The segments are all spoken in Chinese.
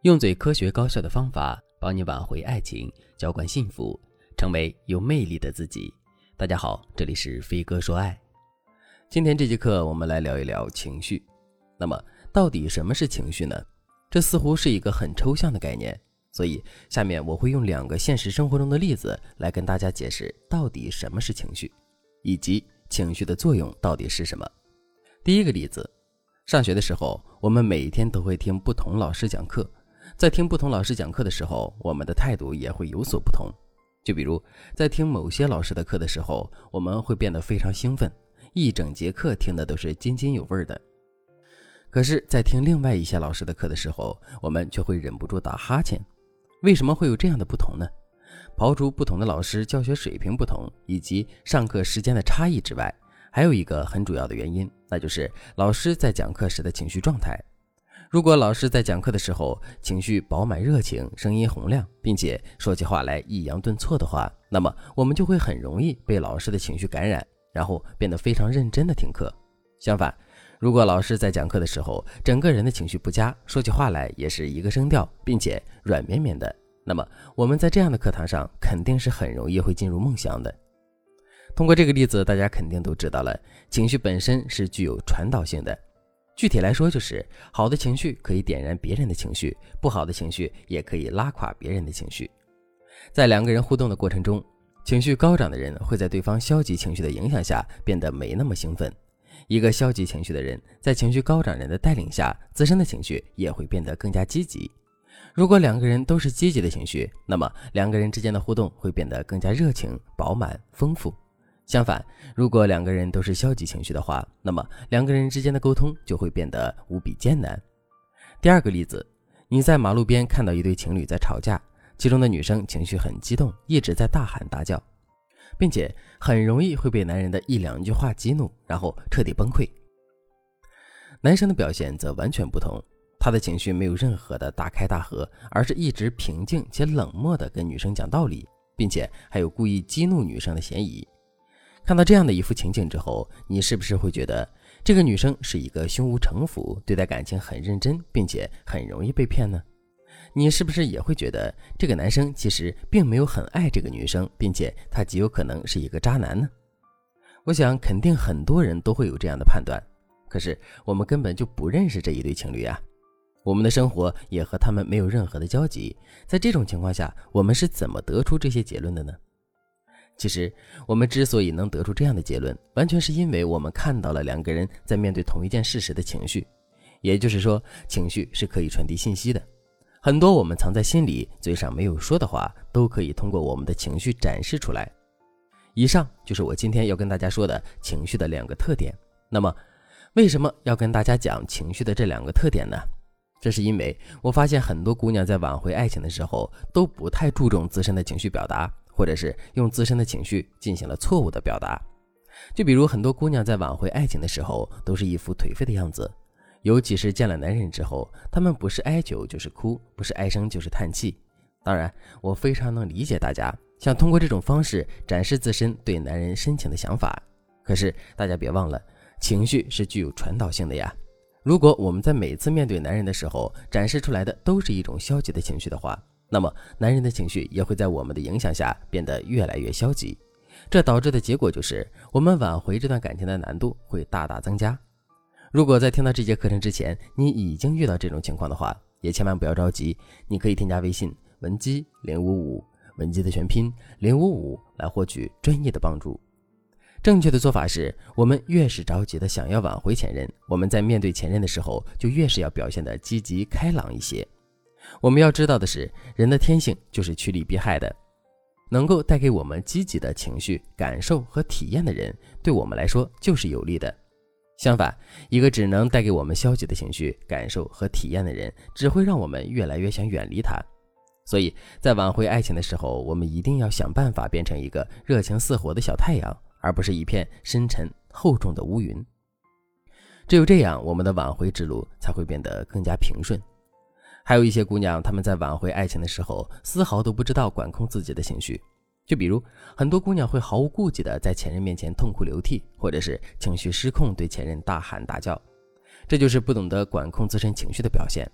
用最科学高效的方法帮你挽回爱情，浇灌幸福，成为有魅力的自己。大家好，这里是飞哥说爱。今天这节课我们来聊一聊情绪。那么到底什么是情绪呢？这似乎是一个很抽象的概念，所以下面我会用2个现实生活中的例子来跟大家解释到底什么是情绪，以及情绪的作用到底是什么。第一个例子，上学的时候，我们每天都会听不同老师讲课，在听不同老师讲课的时候，我们的态度也会有所不同。就比如在听某些老师的课的时候，我们会变得非常兴奋，一整节课听的都是津津有味的。可是在听另外一些老师的课的时候，我们却会忍不住打哈欠。为什么会有这样的不同呢？刨除不同的老师教学水平不同，以及上课时间的差异之外，还有一个很主要的原因，那就是老师在讲课时的情绪状态。如果老师在讲课的时候情绪饱满热情，声音洪亮，并且说起话来抑扬顿挫的话，那么我们就会很容易被老师的情绪感染，然后变得非常认真的听课。相反，如果老师在讲课的时候整个人的情绪不佳，说起话来也是一个声调，并且软绵绵的，那么我们在这样的课堂上肯定是很容易会进入梦乡的。通过这个例子，大家肯定都知道了，情绪本身是具有传导性的。具体来说，就是好的情绪可以点燃别人的情绪，不好的情绪也可以拉垮别人的情绪。在2个人互动的过程中，情绪高涨的人会在对方消极情绪的影响下变得没那么兴奋，一个消极情绪的人在情绪高涨人的带领下，自身的情绪也会变得更加积极。如果2个人都是积极的情绪，那么2个人之间的互动会变得更加热情、饱满、丰富。相反，如果2个人都是消极情绪的话，那么2个人之间的沟通就会变得无比艰难。第2个例子，你在马路边看到一对情侣在吵架，其中的女生情绪很激动，一直在大喊大叫，并且很容易会被男人的1-2句话激怒，然后彻底崩溃。男生的表现则完全不同，他的情绪没有任何的大开大合，而是一直平静且冷漠地跟女生讲道理，并且还有故意激怒女生的嫌疑。看到这样的一幅情景之后，你是不是会觉得这个女生是一个胸无城府，对待感情很认真，并且很容易被骗呢？你是不是也会觉得这个男生其实并没有很爱这个女生，并且他极有可能是一个渣男呢？我想肯定很多人都会有这样的判断，可是我们根本就不认识这一对情侣啊，我们的生活也和他们没有任何的交集，在这种情况下，我们是怎么得出这些结论的呢？其实我们之所以能得出这样的结论，完全是因为我们看到了2个人在面对同一件事时的情绪。也就是说，情绪是可以传递信息的，很多我们藏在心里嘴上没有说的话，都可以通过我们的情绪展示出来。以上就是我今天要跟大家说的情绪的2个特点。那么为什么要跟大家讲情绪的这2个特点呢？这是因为我发现很多姑娘在挽回爱情的时候都不太注重自身的情绪表达，或者是用自身的情绪进行了错误的表达。就比如很多姑娘在挽回爱情的时候都是一副颓废的样子，尤其是见了男人之后，她们不是哀求就是哭，不是哀声就是叹气。当然我非常能理解大家想通过这种方式展示自身对男人深情的想法，可是大家别忘了，情绪是具有传导性的呀。如果我们在每次面对男人的时候展示出来的都是一种消极的情绪的话，那么男人的情绪也会在我们的影响下变得越来越消极，这导致的结果就是我们挽回这段感情的难度会大大增加。如果在听到这节课程之前你已经遇到这种情况的话，也千万不要着急，你可以添加微信文姬055，文姬的全拼055，来获取专业的帮助。正确的做法是，我们越是着急的想要挽回前任，我们在面对前任的时候就越是要表现得积极开朗一些。我们要知道的是，人的天性就是趋利避害的，能够带给我们积极的情绪感受和体验的人，对我们来说就是有利的。相反，一个只能带给我们消极的情绪感受和体验的人，只会让我们越来越想远离他。所以在挽回爱情的时候，我们一定要想办法变成一个热情似火的小太阳，而不是一片深沉厚重的乌云。只有这样，我们的挽回之路才会变得更加平顺。还有一些姑娘，她们在挽回爱情的时候丝毫都不知道管控自己的情绪，就比如很多姑娘会毫无顾忌地在前任面前痛哭流涕，或者是情绪失控对前任大喊大叫，这就是不懂得管控自身情绪的表现。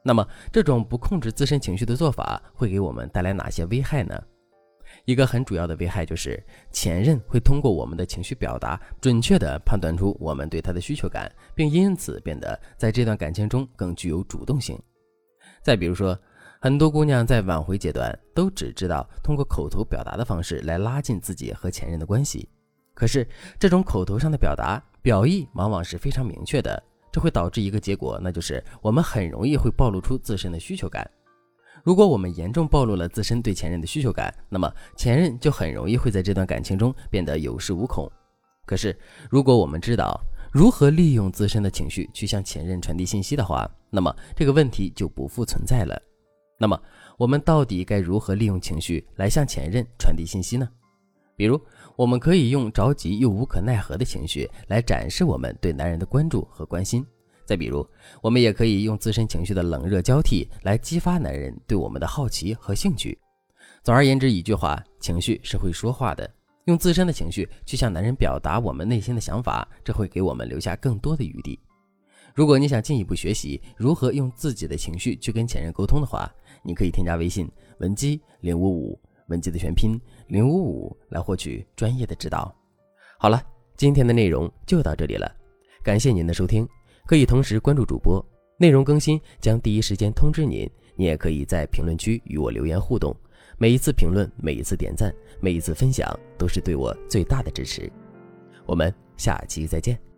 那么这种不控制自身情绪的做法会给我们带来哪些危害呢？一个很主要的危害就是前任会通过我们的情绪表达，准确地判断出我们对他的需求感，并因此变得在这段感情中更具有主动性。再比如说，很多姑娘在挽回阶段都只知道通过口头表达的方式来拉近自己和前任的关系，可是这种口头上的表达表意往往是非常明确的，这会导致一个结果，那就是我们很容易会暴露出自身的需求感。如果我们严重暴露了自身对前任的需求感，那么前任就很容易会在这段感情中变得有恃无恐。可是如果我们知道如何利用自身的情绪去向前任传递信息的话，那么这个问题就不复存在了。那么我们到底该如何利用情绪来向前任传递信息呢？比如我们可以用着急又无可奈何的情绪来展示我们对男人的关注和关心。再比如，我们也可以用自身情绪的冷热交替来激发男人对我们的好奇和兴趣。总而言之，一句话，情绪是会说话的。用自身的情绪去向男人表达我们内心的想法，这会给我们留下更多的余地。如果你想进一步学习如何用自己的情绪去跟前任沟通的话，你可以添加微信文姬055，文姬的全拼055，来获取专业的指导。好了，今天的内容就到这里了，感谢您的收听。可以同时关注主播，内容更新将第一时间通知您。你也可以在评论区与我留言互动，每一次评论，每一次点赞，每一次分享都是对我最大的支持。我们下期再见。